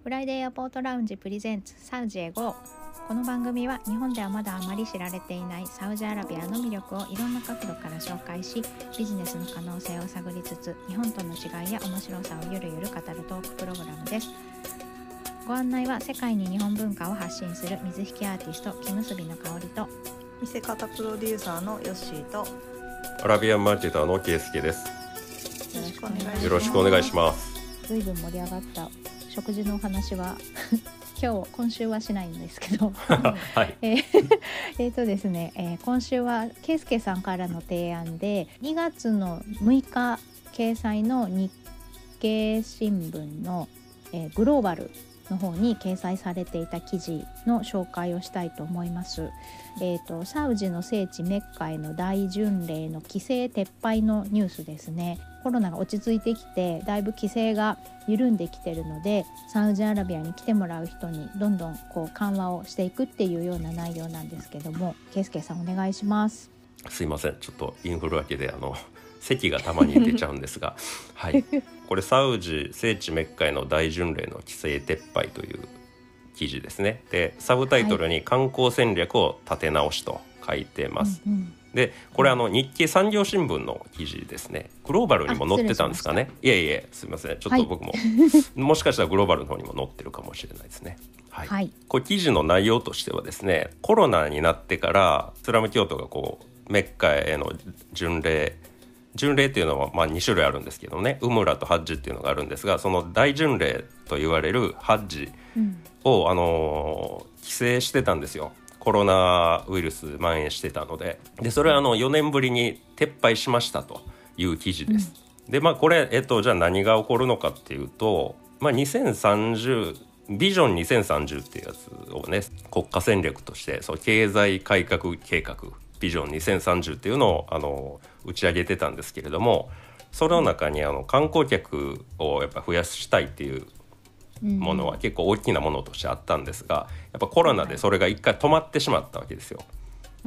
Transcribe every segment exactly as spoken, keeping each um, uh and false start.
フライデーエアポートラウンジプレゼンツサウジへ ゴー。 この番組は日本ではまだあまり知られていないサウジアラビアの魅力をいろんな角度から紹介し、ビジネスの可能性を探りつつ、日本との違いや面白さをゆるゆる語るトークプログラムです。ご案内は世界に日本文化を発信する水引アーティスト木結びの香りと、 見せ方プロデューサーのヨッシーと、 アラビアンマーケターのケイスケです。よろしくお願いします。 ずいぶん盛り上がった食事のお話は今日今週はしないんですけどはい、 えー、えーとですね、えー、今週はケイスケさんからの提案でにがつのむいか掲載の日経新聞の、えー、グローバルの方に掲載されていた記事の紹介をしたいと思います。えーと、サウジの聖地メッカへの大巡礼の規制撤廃のニュースですね。コロナが落ち着いてきてだいぶ規制が緩んできてるので、サウジアラビアに来てもらう人にどんどんこう緩和をしていくっていうような内容なんですけども、ケイスケさんお願いします。 すいません、ちょっとインフル明けであの咳がたまに出ちゃうんですがはい、これサウジ聖地メッカへの大巡礼の規制撤廃という記事ですね。でサブタイトルに観光戦略を立て直しと書いてます、はい。うんうん、でこれあの日経産業新聞の記事ですね。グローバルにも載ってたんですかね。いえいえ、すみません、ちょっと僕も、はい、もしかしたらグローバルの方にも載ってるかもしれないですね。はいはい、これ記事の内容としてはですね、コロナになってからイスラム教徒がこうメッカへの巡礼巡礼っていうのはまあに種類あるんですけどね、ウムラとハッジっていうのがあるんですが、その大巡礼と言われるハッジを、うん、あの規制してたんですよ。コロナウイルス蔓延してたので、でそれはあのよねんぶりに撤廃しましたという記事です、うん、でまあこれ、えっと、じゃあ何が起こるのかっていうと、まあ、にせんさんじゅうビジョンにせんさんじゅうっていうやつをね、国家戦略としてそう経済改革計画ビジョンにせんさんじゅうっていうのをあの打ち上げてたんですけれども、その中にあの観光客をやっぱ増やしたいっていうものは結構大きなものとしてあったんですが、やっぱコロナでそれが一回止まってしまったわけですよ、うん、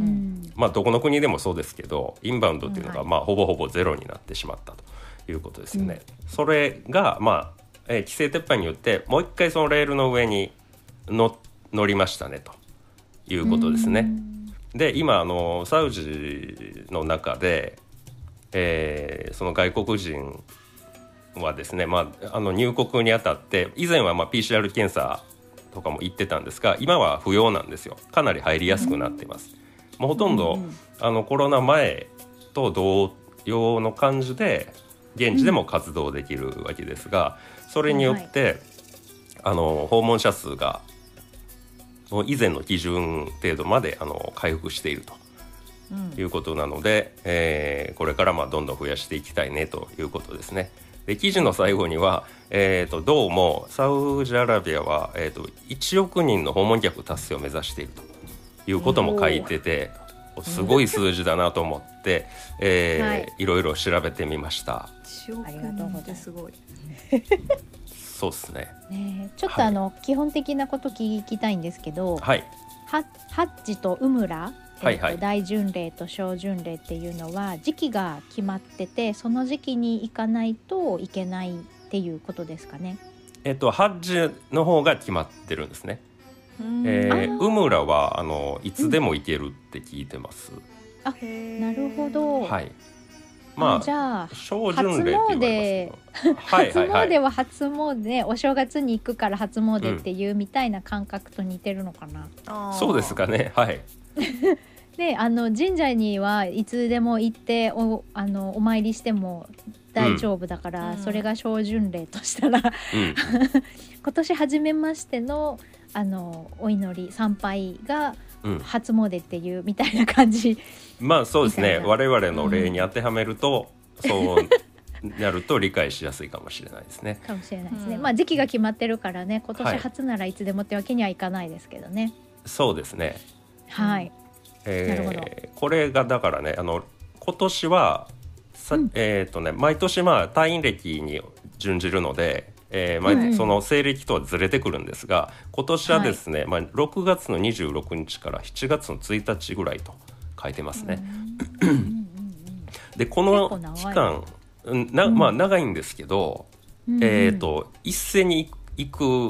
まあどこの国でもそうですけど、インバウンドっていうのがまあほぼほぼゼロになってしまったということですよね、うん、それがまあ、えー、規制撤廃によってもう一回そのレールの上にの乗りましたねということですね、うんで今あのサウジの中で、えー、その外国人はですね、まあ、あの入国にあたって以前はまあ ピーシーアール 検査とかも行ってたんですが、今は不要なんですよ。かなり入りやすくなっています、うん、もうほとんど、うん、あのコロナ前と同様の感じで現地でも活動できるわけですが、それによって、はい、あの訪問者数が以前の基準程度まであの回復しているということなので、うんえー、これからまあどんどん増やしていきたいねということですね。で記事の最後には、えー、とどうもサウジアラビアは、えー、といちおくにんの訪問客達成を目指しているということも書いてて、すごい数字だなと思って、えーはい、いろいろ調べてみました。 いちおくにんってすごいそうですね。 ね、ちょっとあの、はい、基本的なこと聞きたいんですけど、 はい、 ハ, ハッジとウムラ、 はいはいえー、と大巡礼と小巡礼っていうのは時期が決まってて、その時期に行かないといけないっていうことですかね。 えっと、ハッジの方が決まってるんですね。えー、ウムラはあのいつでも行けるって聞いてます、うん、 あ、なるほど、 はいまあ、 じゃあ小巡礼って言われますけど、 はいはいはい、初詣は初詣、お正月に行くから初詣っていうみたいな感覚と似てるのかな、 うん、そうですかね。はいであの神社にはいつでも行って お, あのお参りしても大丈夫だから、うん、それが小巡礼としたら、うん、今年初めましての、あのお祈り参拝が初詣っていうみたいな感じ、 うん、まあそうですね。我々の例に当てはめると、うん、そうなると理解しやすいかもしれないですね。 かもしれないですね、うん、まあ時期が決まってるからね、今年初ならいつでもってわけにはいかないですけどね、はい、 そうですね。 はい、 えー、なるほど。これがだからね、あの今年はさ、うんえーとね、毎年まあ退院歴に準じるので、えーまあうん、その西暦とはずれてくるんですが、今年はですね、はいまあ、ろくがつのにじゅうろくにちからしちがつのついたちぐらいと書いてますね。でこの期間な、まあ、長いんですけど、うんえーと、一斉に行く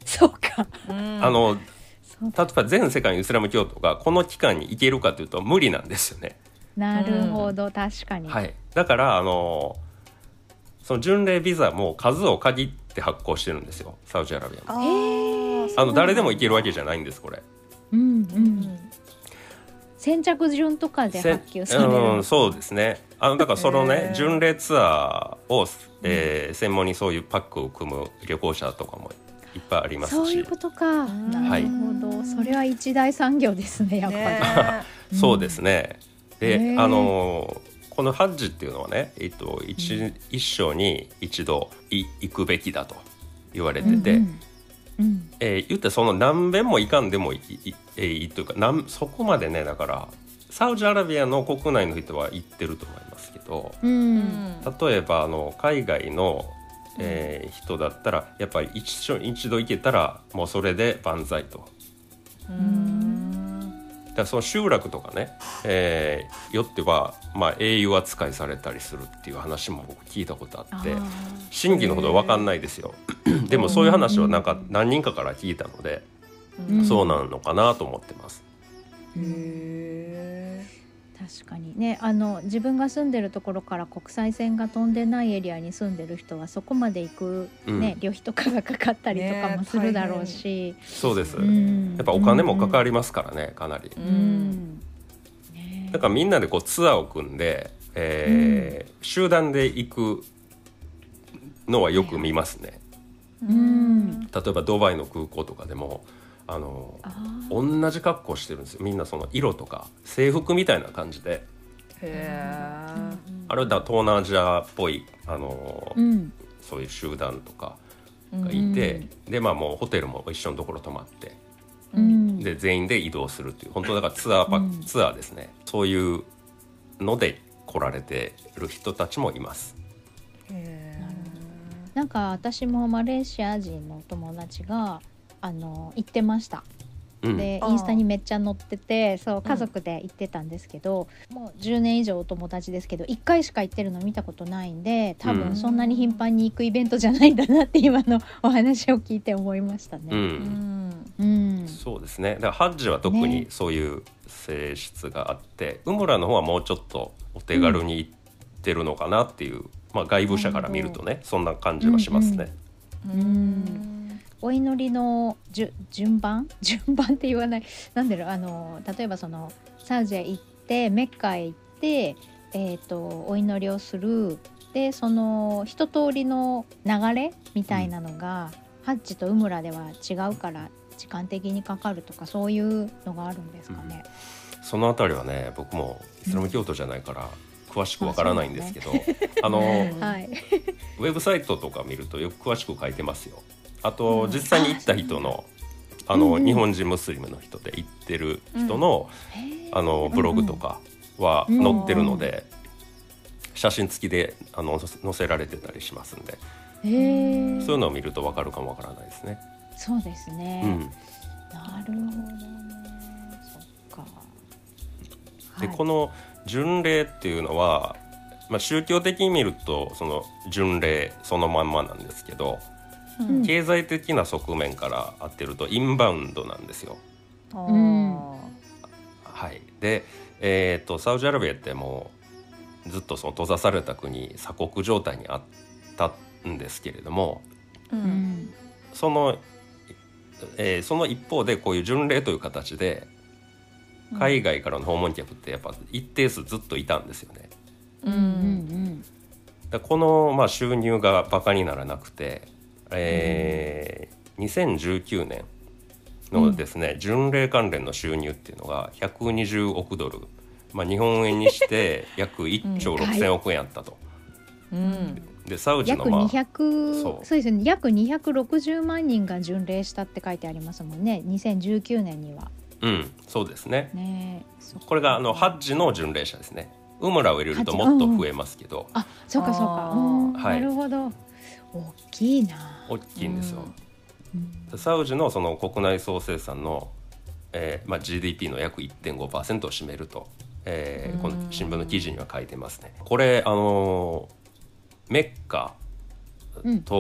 そうか、 あの例えば全世界のイスラム教徒がこの期間に行けるかというと無理なんですよね。 なるほど、うん、確かに、 はい、だからあのその巡礼ビザも数を限って発行してるんですよ、サウジアラビアも。あの誰でも行けるわけじゃないんですこれ。うんうん、 先着順とかで発給される、 うん、そうですね。あのだからそのね巡礼ツアーを、えー、専門にそういうパックを組む旅行者とかもいっぱいありますし。 そういうことか。なるほど、はい、それは一大産業ですね、やっぱり、ね、 そうですね。で、あのこのハッジっていうのはね、えっと、一, うん、一生に一度い行くべきだと言われてて、うんうんえー、言ってその何遍も行かんでもいい、えー、いいというかなんそこまでね、だからサウジアラビアの国内の人は行ってると思いますけど、うん、例えばあの海外のえー、人だったらやっぱり 一, 一度行けたらもうそれで万歳と。うーんだからその集落とかね、えー、よっては、まあ、英雄扱いされたりするっていう話も僕聞いたことあって真偽のほど分かんないですよでもそういう話はなんか何人かから聞いたので、うん、そうなのかなと思ってます。へー確かにね、あの自分が住んでるところから国際線が飛んでないエリアに住んでる人はそこまで行く、ねうん、旅費とかがかかったりとかもするだろうし、ね、 そうです、うん、やっぱお金もかかりますからね、うん、かなり、うんね、だからみんなでこうツアーを組んで、えーうん、集団で行くのはよく見ますね、うん、例えばドバイの空港とかでもあのあ同じ格好してるんですよ、みんな。その色とか制服みたいな感じで、へあれだ東南アジアっぽいあの、うん、そういう集団とかがいて、うん、でまあもうホテルも一緒のところ泊まって、うん、で全員で移動するっていう本当だからツアーパ、うん、ツアーですね。そういうので来られてる人たちもいます。 へなんか私もマレーシア人の友達があの行ってました、うん、でインスタにめっちゃ載ってて、そう家族で行ってたんですけど、うん、もうじゅうねん以上お友達ですけどいっかいしか行ってるの見たことないんで、多分そんなに頻繁に行くイベントじゃないんだなって今のお話を聞いて思いましたね、うんうん、そうですね。だからハッジは特にそういう性質があって、ね、ウムラの方はもうちょっとお手軽に行ってるのかなっていう、うんまあ、外部者から見るとねそんな感じはしますね、うんうんうんお祈りのじゅ順番順番って言わないなんだろう、あの例えばそのサウジへ行ってメッカへ行って、えー、とお祈りをするでその一通りの流れみたいなのが、うん、ハッジとウムラでは違うから時間的にかかるとかそういうのがあるんですかね、 うん、そのあたりはね僕もイスラム教徒じゃないから、うん、詳しくわからないんですけど、あ, あの、はい、ウェブサイトとか見るとよく詳しく書いてますよ。あと実際に行った人の、うん、あの、うん、日本人ムスリムの人で行ってる人の、うん、あのブログとかは載ってるので、うん、写真付きであの載せられてたりしますんで、そういうのを見ると分かるかもわからないですね。 そうですね、うん、なるほどね。そっか。 で、はい、この巡礼っていうのは、まあ、宗教的に見るとその巡礼そのまんまなんですけど、うん、経済的な側面から当てるとインバウンドなんですよ、うんはい、で、えーと、サウジアラビアってもうずっとその閉ざされた国鎖国状態にあったんですけれども、うん、その、えー、その一方でこういう巡礼という形で海外からの訪問客ってやっぱ一定数ずっといたんですよね、うんうんうん、だこの、まあ、収入がバカにならなくてえー、にせんじゅうきゅうねんのですね、うん、巡礼関連の収入っていうのがひゃくにじゅうおくドル、まあ、日本円にして約いっちょうろくせんおくえんあったと、うん、でサウジの、まあ、 約にひゃくそう、そうですね、約にひゃくろくじゅうまんにんが巡礼したって書いてありますもんね、にせんじゅうきゅうねんには。 うんそうです ね, ねこれがあのハッジの巡礼者ですね。ウムラを入れるともっと増えますけど、 あそうかそうか、はい、なるほど、大きいな。 大きいんですよ、うん、サウジのその国内総生産の、えーまあ、ジーディーピー の約 いってんごパーセント を占めると、えー、この新聞の記事には書いてますね。これあのー、メッカと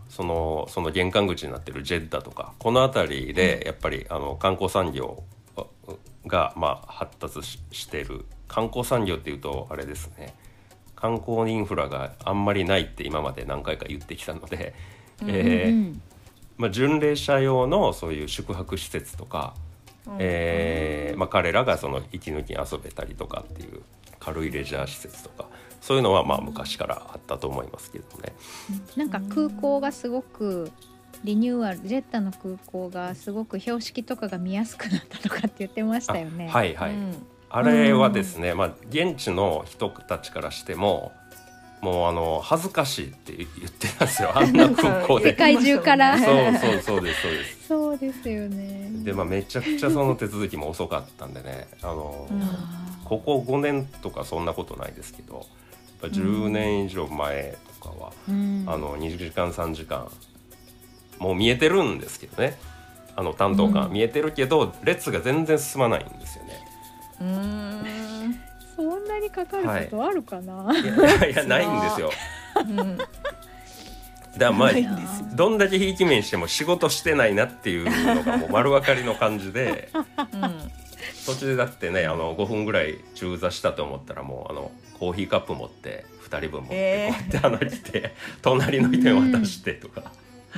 そのその玄関口になってるジェッダとかこの辺りでやっぱりあの観光産業がまあ発達 し, してる観光産業っていうとあれですね、観光インフラがあんまりないって今まで何回か言ってきたので、うんえーまあ、巡礼者用のそういう宿泊施設とか、うんえーまあ、彼らがその息抜きに遊べたりとかっていう軽いレジャー施設とかそういうのはまあ昔からあったと思いますけどね。 なんか空港がすごくリニューアル、ジェッタの空港がすごく標識とかが見やすくなったとかって言ってましたよね。 はいはい、うん、あれはですね、まあ、現地の人たちからしてももうあの恥ずかしいって言ってたんですよ、あんな空港で世界中からそうそうそうですそうですそうですよね。 で、まあ、めちゃくちゃその手続きも遅かったんでね、あの、うん、ここごねんとかそんなことないですけどじゅうねん以上前とかは、うん、あのにじかんさんじかんもう見えてるんですけどね、あの担当官、うん、見えてるけど列が全然進まないんですよね。 うーんそんなにかかることあるかな、 はい、いやいやないんですよ、うん、だからまあどんだけひいき目にしても仕事してないなっていうのがもう丸分かりの感じで、うん、途中でだってねあのごふんぐらい中座したと思ったらもうあのコーヒーカップ持ってふたりぶん持ってこうやって離れて隣の人に渡してとか、うん、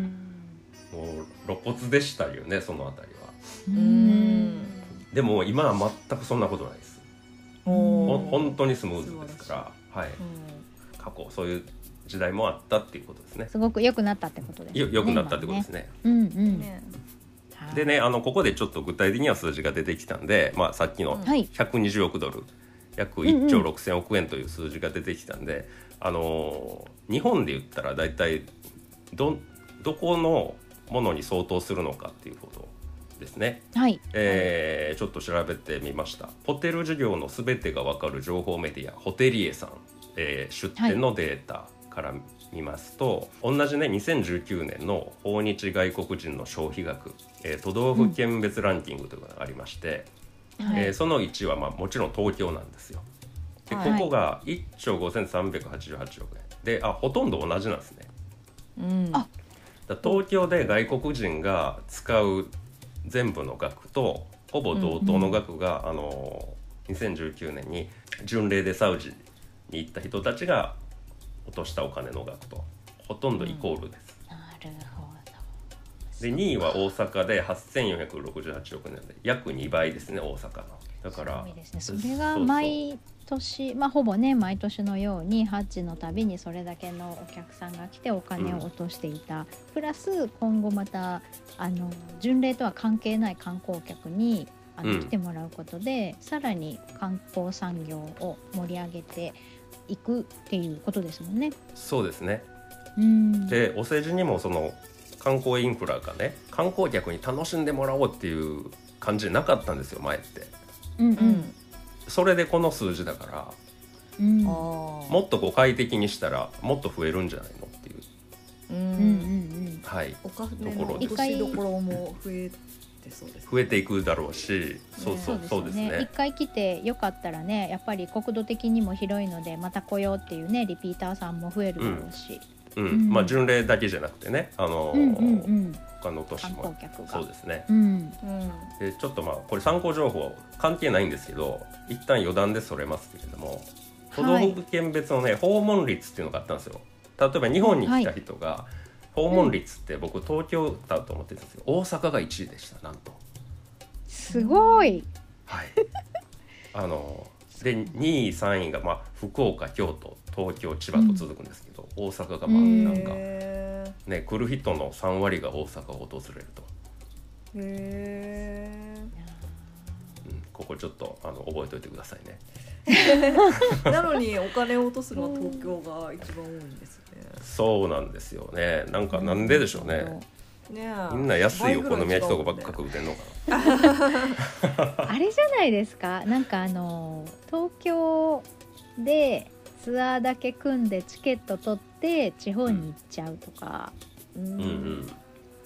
もう露骨でしたよねそのあたりは。うん、でも今は全くそんなことないです。ほ本当にスムーズですから、はい、うん、過去そういう時代もあったっていうことですね。 すごく良くなったってことですね。 よ良くなったってことですね。うんうん、でね、あのここでちょっと具体的には数字が出てきたんで、まあ、さっきのひゃくにじゅうおくドル、約いっちょうろくせんおくえんという数字が出てきたんで、うんうん、あの日本で言ったらだいたい ど, どこのものに相当するのかっていうことですね。はい、えー、ちょっと調べてみました。ホテル事業のすべてが分かる情報メディアホテリエさん、えー、出店のデータから見ますと、はい、同じねにせんじゅうきゅうねんの訪日外国人の消費額、えー、都道府県別ランキングというのがありまして、うんえー、そのいちいはまあもちろん東京なんですよ。でここがいっちょうごせんさんびゃくはちじゅうはちおくえんで、あほとんど同じなんですね。うん、あだ東京で外国人が使う全部の額とほぼ同等の額が、うんうん、あのにせんじゅうきゅうねんに巡礼でサウジに行った人たちが落としたお金の額とほとんどイコールです、うん、なるほど。でにいは大阪ではっせんよんひゃくろくじゅうはちおくえんで約にばいですね、大阪の。だからすごいですね。それが毎年まあほぼね毎年のようにハッジのたびにそれだけのお客さんが来てお金を落としていた、うん、プラス今後またあの巡礼とは関係ない観光客にあの、うん、来てもらうことでさらに観光産業を盛り上げていくっていうことですもんね。 そうですね。うんでお世辞にもその観光インフラがね観光客に楽しんでもらおうっていう感じなかったんですよ前って、うんうん、それでこの数字だから、うん、もっとこう快適にしたらもっと増えるんじゃないのっていう、うんうんうん、はい、 お金の落としどころも増えてそうですね。 増えていくだろうし、そうそう、そうですね。 一回来てよかったらねやっぱり国土的にも広いのでまた来ようっていうねリピーターさんも増えるだろうし、 うんうん、まあ巡礼だけじゃなくてね、あのーうんうんうん、他の都市もそうですね、うん、でちょっとまあこれ参考情報関係ないんですけど一旦余談でそれますけれども、都道府県別のね、はい、訪問率っていうのがあったんですよ。例えば日本に来た人が、はい、訪問率って僕東京だと思ってたんですけど、大阪がいちいでした。なんとすごい、はい、 あのでにいさんいが、まあ、福岡京都東京千葉と続くんですけど、うん、大阪がまあなんか、ね、来る人のさんわりが大阪を訪れると。へー、うん、ここちょっとあの覚えておいてくださいねなのにお金を落とすのは東京が一番多いんですね。 そうなんですよね。なんかなんででしょうね、ね、みんな安いお好み焼きとかばっか食うてんのかなあれじゃないですか、なんかあの東京でツアーだけ組んでチケット取って地方に行っちゃうとか、うんうんうん、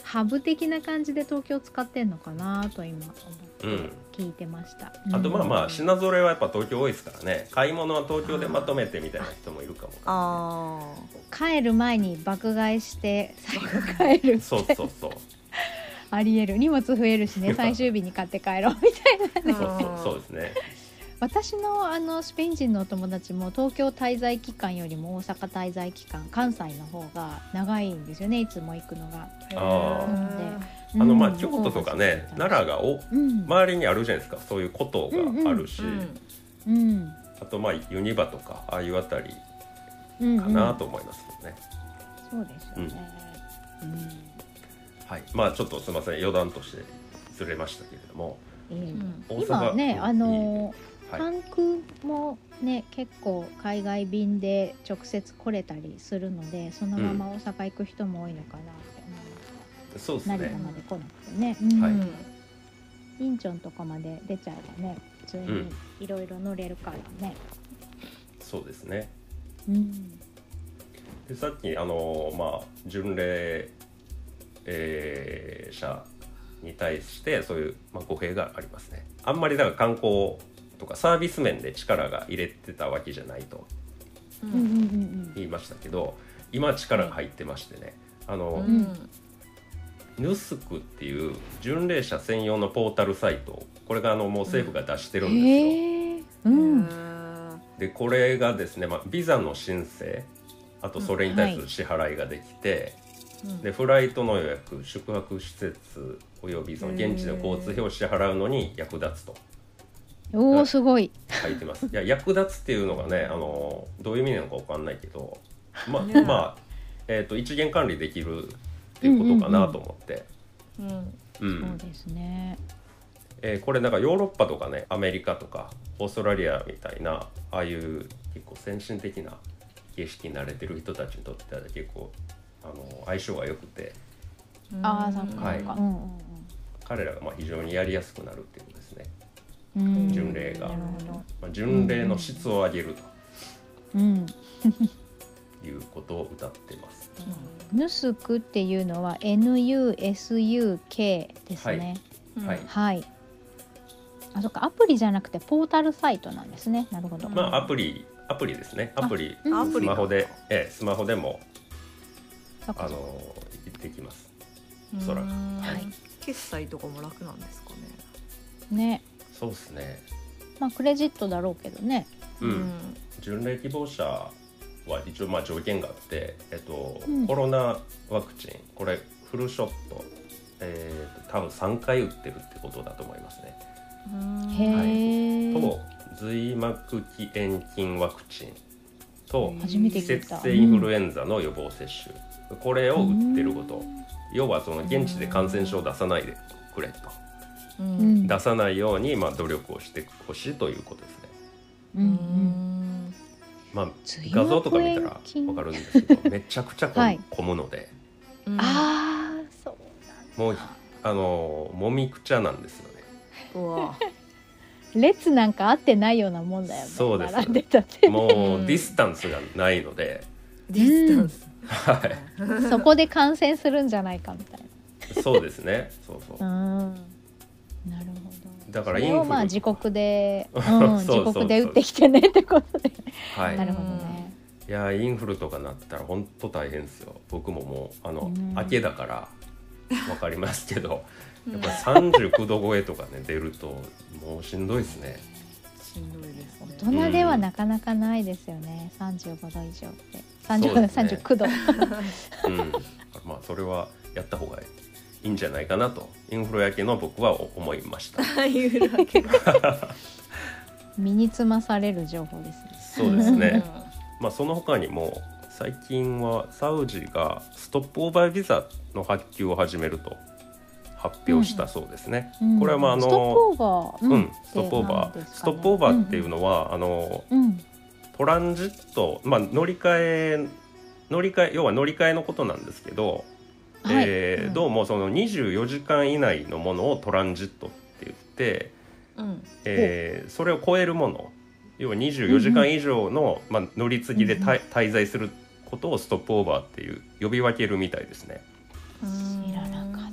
ハブ的な感じで東京使ってんのかなと今思ってうん聞いてました、 あとまあまあうん品揃えはやっぱ東京多いですからね。買い物は東京でまとめてみたいな人もいるかも。 あ帰る前に爆買いして最後帰るそうそうそうありえる。荷物増えるしね、最終日に買って帰ろうみたいなね。 そうそうそうですね。 私のあのスペイン人のお友達も東京滞在期間よりも大阪滞在期間、関西の方が長いんですよね、いつも行くのが。 ーあーなのであのまあうん京都とかね、奈良がおうん周りにあるじゃないですか、そういうことがあるし、 うんうんあとまあユニバとかああいうあたりうんかなと思いますよね。 そうですよね、うんはい、まあちょっとすみません余談としてずれましたけれども、 ええうん大阪今ね、 うんあのはい関空もね結構海外便で直接来れたりするので、そのまま大阪行く人も多いのかなって思いました。 そうです成田ね。 まで来なくてね、うんはいインチョンとかまで出ちゃえばね、普通にいろいろ乗れるからね。 そうですね。 うんでさっきあのまあ巡礼、えー者に対してそういう、まあ、語弊がありますね。あんまりだから観光とかサービス面で力が入れてたわけじゃないとううんうんうん言いましたけど、今力が入ってましてね、あの、 うんヌスクっていう巡礼者専用のポータルサイト、これがあのもう政府が出してるうんん。 ですよ。 へえ、うん、 でこれがですね、まあ、ビザの申請、あとそれに対する支払いができて、 うんでフライトの予約、宿泊施設およびその現地の交通費を支払うのに役立つとおおすごい。 書いてます。いや役立つっていうのがね、あのどういう意味なのか分かんないけど、まねまあ、えー、と一元管理できるっていうことかなと思って、 うんうんそうですね。 えーこれなんかヨーロッパとかね、アメリカとかオーストラリアみたいなああいう結構先進的な形式に慣れてる人たちにとっては結構あの相性が良くて、 ああ、そっか、 はいそっか。うん彼らがまあ非常にやりやすくなるっていうことですね。 うんうん。 巡礼がなるほど。 まあ、巡礼の質を上げるうん。 ということを歌ってます。 ヌスクっていうのは エヌユーエスユーケー ですね。 うんはいはい。あ、そっか、アプリじゃなくてポータルサイトなんですね。なるほど。 まあアプリアプリですね。アプリうんアプリスマホで、ええ、スマホでもあそっかそっかのできます。 うんそらうんはい決済とかも楽なんですかね。 ね。 そうですね。 まあクレジットだろうけどね。 うん。巡礼希望者は一応まあ条件があって、えっとうんコロナワクチン、これフルショット、えー、と多分さんかい打ってるってことだと思いますね。 うんへえ。 と髄膜起炎菌ワクチンと初めて季聞いた。 節性インフルエンザの予防接種、これを打ってること、要はその現地で感染症を出さないでくれと、 ううんん。 出さないようにまあ努力をしてほしいということですね。 うんうん。 まあ髄画像とか見たら膜炎菌分かるんですけどめちゃくちゃこはい混むので、 うんああ、そうもうあのもみくちゃなんですよね。 うわ列なんか合ってないようなもんだよね。 そうです並んでたって。 もうディスタンスがないので、 ディスタンスはいそこで感染するんじゃないかみたいそうですね。そうそう。 な。うん。なるほど。 だからそれをまあ自国で、うん、 そうそう自そう国で打ってきてねってことで。 はい。 なるほどね。 いやインフルとかなったら本当大変ですよ。僕ももうあのうん明けだからわかりますけど、やっぱりさんじゅうきゅうど超えとかね出るともうしんどいですね。 しんどいですね。 大人ではなかなかないですよね。さんじゅうごど以上って。さんじゅうそうですねさんじゅうきゅうど。 うん。まあそれはやった方がいいんじゃないかなとインフル明けの僕は思いました。 ああいうだけど。 身につまされる情報ですね。 そうですね。まあその他にも最近はサウジがストップオーバービザの発給を始めると発表したそうですね。 うんこれはまああのストップオーバー、 うん、ストップオーバー、ストップオーバーっていうのは、あのうんうんトランジット、まあ乗り換え乗り換え要は乗り換えのことなんですけど、 はいえーどうもそのにじゅうよじかん以内のものをトランジットって言って、 うんえーそれを超えるもの、要はにじゅうよじかん以上の、まあ、乗り継ぎで、 うんうん滞滞在することをストップオーバーっていう呼び分けるみたいですね。 知らなかっ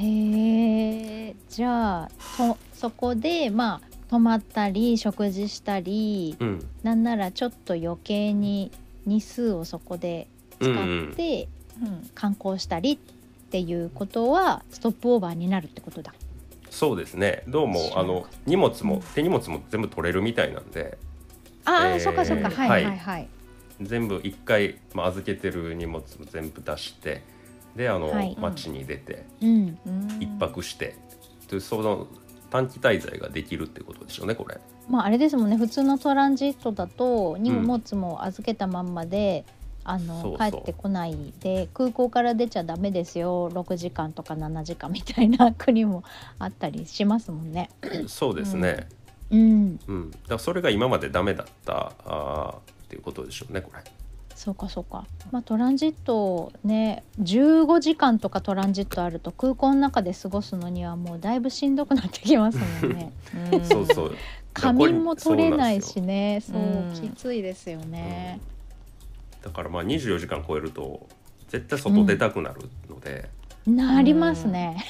へえ。じゃあそそこでまあ泊まったり食事したり、 うん、 なんならちょっと余計に日数をそこで使うんうん、 ってうん観光したりっていうことはストップオーバーになるってことだ。 そうですね。どうもあの荷物も手荷物も全部取れるみたいなんで、 ああ、 えーそっかそっか、はいははいいはい。 全部一回、まあ、預けてる荷物も全部出して、であの、 はい街に出てうんうん一泊してでその短期滞在ができるってことでしょうねこれ。 まああれですもんね、普通のトランジットだと荷物も預けたまんまで、あのそうそう帰ってこないで空港から出ちゃダメですよろくじかんとかななじかんみたいな国もあったりしますもんね。 そうですね、 うん、 うんだからそれが今までダメだったあっていうことでしょうねこれ。 そうかそうか。まあトランジットね、じゅうごじかんとかトランジットあると空港の中で過ごすのにはもうだいぶしんどくなってきますもんね。 うんそうそう仮眠も取れないしそうね、そううんきついですよね。 だからまあにじゅうよじかん超えると絶対外出たくなるので、 なりますね。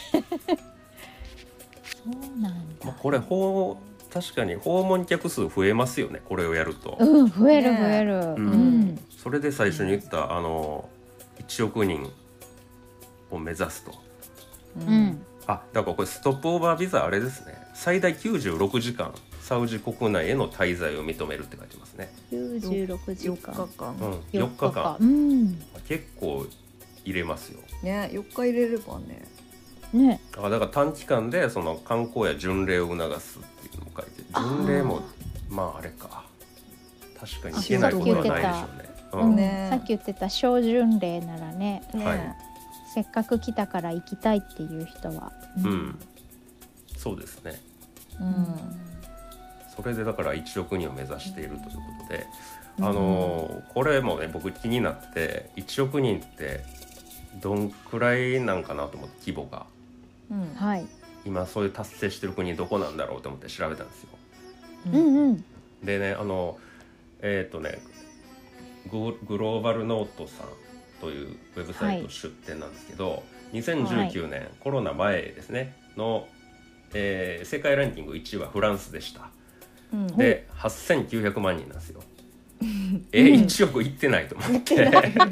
そうなんだ。 まあ、これ訪確かに訪問客数増えますよねこれをやると、 うん、増えるね増える。 ううんん。 それで最初に言ったあのいちおくにんを目指すと。 うん。 あだからこれストップオーバービザあれですね、最大きゅうじゅうろくじかんサウジ国内への滞在を認めるって書いてますね。 きゅうじゅうろくじよっかん。 かかん、 うん、よっかかんうん。 結構入れますよ。 ねよっか入れればねね。 あだから短期間でその観光や巡礼を促すっていうのも書いて、巡礼もまああれか確かにいけないことはないでしょうね。 ううんんねさっき言ってた小巡礼ならね、 ね、 はいせっかく来たから行きたいっていう人は。 うんそうですね。 うんそれでだからいちおくにんを目指しているということで、あのーこれもね僕気になっていちおくにんってどんくらいなんかなと思って規模がうんはい。 今そういう達成してる国どこなんだろうと思って調べたんですよ。 うんうん。 でねあのえっ、とねググローバルノートさんというウェブサイト出展なんですけど、にせんじゅうきゅうねん、コロナ前ですねの、えー世界ランキングいちいはフランスでした。 うんではっせんきゅうひゃくまんにんなんですよ。えー、いちおくいってないと思って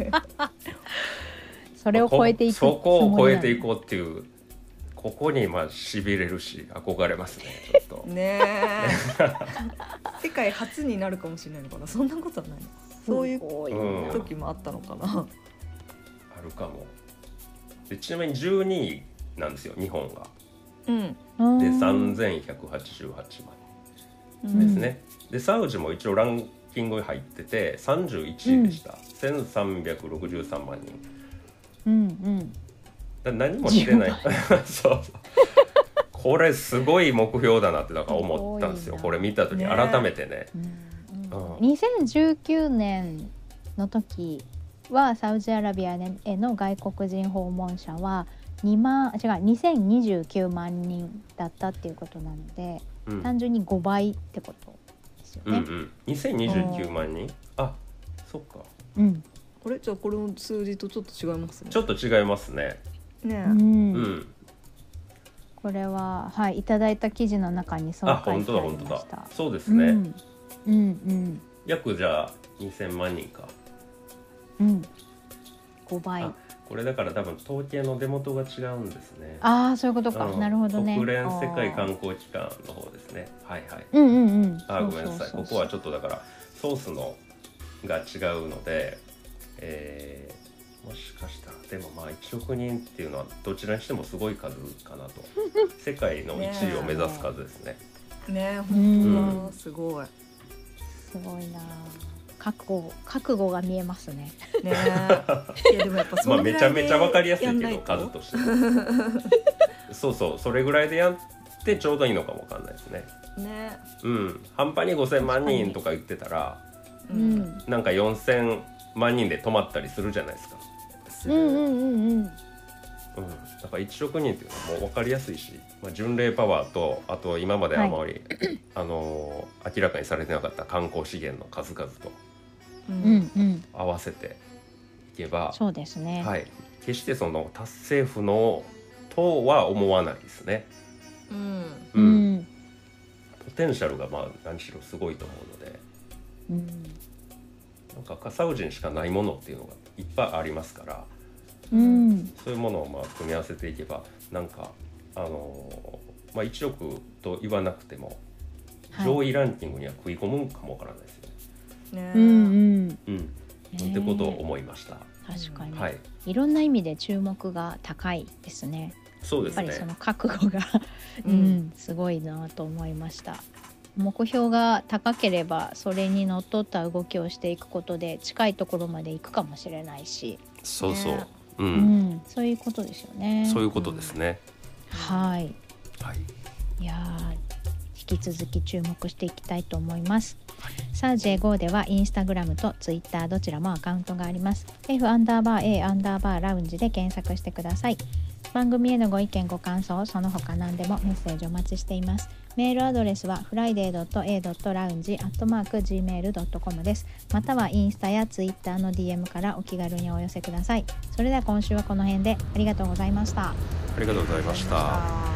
それを超えていくそこを超えていう。 こうっていうここにまあしびれるし憧れますねちょっと。 ねえ世界初になるかもしれないのかな、そんなことはないの、そういううん時もあったのかな。 あるかも。でちなみにじゅうにいなんですよ日本が。 うんでさんぜんひゃくはちじゅうはちまんですね。でサウジも一応ランキングに入っててさんじゅういちいでした、うん、せんさんびゃくろくじゅうさんまんにん。 うんうんだ何もしてないそうこれすごい目標だなってだから思ったんですよ。これ見た時ね改めてね、 うんうんにせんじゅうきゅうねんの時はサウジアラビアへの外国人訪問者はにまん違うにせんにじゅうきゅうまんにんだったっていうことなので、 うん単純にごばいってことですよね。 うんうん、にせんにじゅうきゅうまんにん、あそっかうんあれじゃあこれの数字とちょっと違いますね。 ちょっと違いますね。 ねう、 うんん、 これははいいただいた記事の中にそうあ書いてあり本当だ本当だました。 そうですね、 うんうんうん約じゃあにせんまんにんか。 うんごばい。 あこれだから多分統計の出元が違うんですね。 ああそういうことか、 うんなるほどね。 国連世界観光機関の方ですね。はいはい。 うんうんうん。 あごめんなさい、 そうそうそうここはちょっとだからソースのが違うので、えーもしかしたらでもまあいちおくにんっていうのはどちらにしてもすごい数かなと世界のいちいを目指す数ですね。 ねう本当んだすごい。 すごいな。覚悟覚悟が見えますね。 ねいやでもやっぱそまあめちゃのぐらいでめちゃわかりやすいやけどんないと数としてそうそうそれぐらいでやってちょうどいいのかもわかんないですね。 ね。 うん半端にごせんまんにんとか言ってたらううんんなんかよんせんまんにんで止まったりするじゃないですか。 うんうんうんうん。 うん、だからいちおくにんっていうのはもう分かりやすいし、まあ、巡礼パワーとあと今まであまり、あのー明らかにされてなかった観光資源の数々とううんんうん。 合わせていけば、 そうですね。 はい、決してその達成不能ととは思わないですね。 うんううんんポテンシャルがまあ何しろすごいと思うので、 うんなんかカサウジにしかないものっていうのがいっぱいありますから、 うんそういうものをまあ組み合わせていけばなんかあのーまあいちおくと言わなくてもはい上位ランキングには食い込むんかもわからないですよね。 ねうんうんうん、 ねってことを思いました。 確かに、 はい、 いろんな意味で注目が高いですね。 そうですやっぱりそのね。 覚悟がううんん、すごいなと思いました。目標が高ければそれにのっとった動きをしていくことで近いところまで行くかもしれないし、 そうそう、 ねう、 うんん、そういうことですよね。 そういうことですね。 はいはい、 いやー引き続き注目していきたいと思います。さあ ジェイゴー ではインスタグラムとツイッターどちらもアカウントがあります。 F アンダーバー A アンダーバーラウンジで検索してください。番組へのご意見ご感想その他何でもメッセージお待ちしています。メールアドレスは フライデー ドット エー ドット ラウンジ アットマーク ジーメール ドット コム です。またはインスタやツイッターの ディーエム からお気軽にお寄せください。それでは今週はこの辺でありがとうございました。 ありがとうございました。 あー